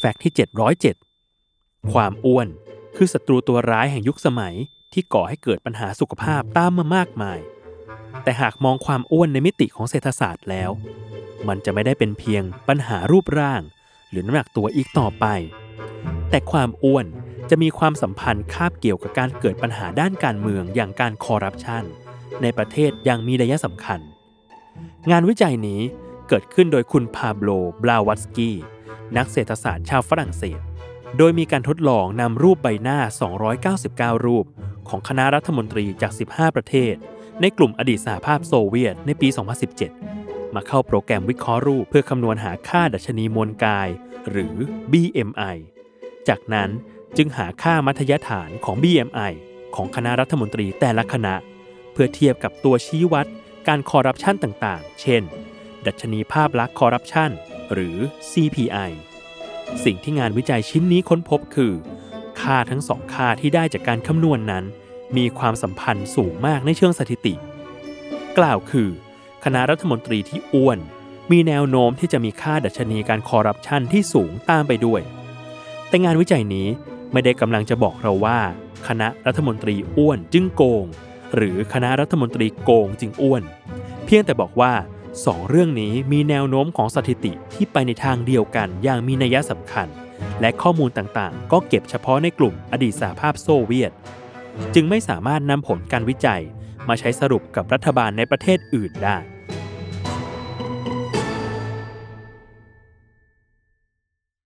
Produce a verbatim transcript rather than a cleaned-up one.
ฟกต์ที่เจ็ดร้อยเจ็ดความอ้วนคือศัตรูตัวร้ายแห่งยุคสมัยที่ก่อให้เกิดปัญหาสุขภาพตามมามากมายแต่หากมองความอ้วนในมิติของเศรษฐศาสตร์แล้วมันจะไม่ได้เป็นเพียงปัญหารูปร่างหรือน้ำหนักตัวอีกต่อไปแต่ความอ้วนจะมีความสัมพันธ์คาบเกี่ยวกับการเกิดปัญหาด้านการเมืองอย่างการคอร์รัปชันในประเทศอย่างมีนัยสำคัญงานวิจัยนี้เกิดขึ้นโดยคุณพาโบล บลาวัตสกี้นักเศรษฐศาสตร์ชาวฝรั่งเศสโดยมีการทดลองนำรูปใบหน้าสองร้อยเก้าสิบเก้ารูปของคณะรัฐมนตรีจากสิบห้าประเทศในกลุ่มอดีตสหภาพโซเวียตในปีสองพันสิบเจ็ดมาเข้าโปรแกรมวิเคราะห์รูปเพื่อคำนวณหาค่าดัชนีมวลกายหรือ บี เอ็ม ไอ จากนั้นจึงหาค่ามัธยฐานของ บี เอ็ม ไอ ของคณะรัฐมนตรีแต่ละคณะเพื่อเทียบกับตัวชี้วัดการคอร์รัปชันต่างๆเช่นดัชนีภาพลักษณ์คอร์รัปชันหรือ ซี พี ไอ สิ่งที่งานวิจัยชิ้นนี้ค้นพบคือค่าทั้งสองค่าที่ได้จากการคำนวณ น, นั้นมีความสัมพันธ์สูงมากในเชิงสถิติกล่าวคือคณะรัฐมนตรีที่อ้วนมีแนวโน้มที่จะมีค่าดัชนีการคอร์รัปชันที่สูงตามไปด้วยแต่งานวิจัยนี้ไม่ได้กำลังจะบอกเราว่าคณะรัฐมนตรีอ้วนจึงโกงหรือคณะรัฐมนตรีโกงจึงอ้วนเพียงแต่บอกว่าสองเรื่องนี้มีแนวโน้มของสถิติที่ไปในทางเดียวกันอย่างมีนัยสำคัญและข้อมูลต่างๆก็เก็บเฉพาะในกลุ่มอดีตสหภาพโซเวียตจึงไม่สามารถนำผลการวิจัยมาใช้สรุปกับรัฐบาลในประเทศอื่นได้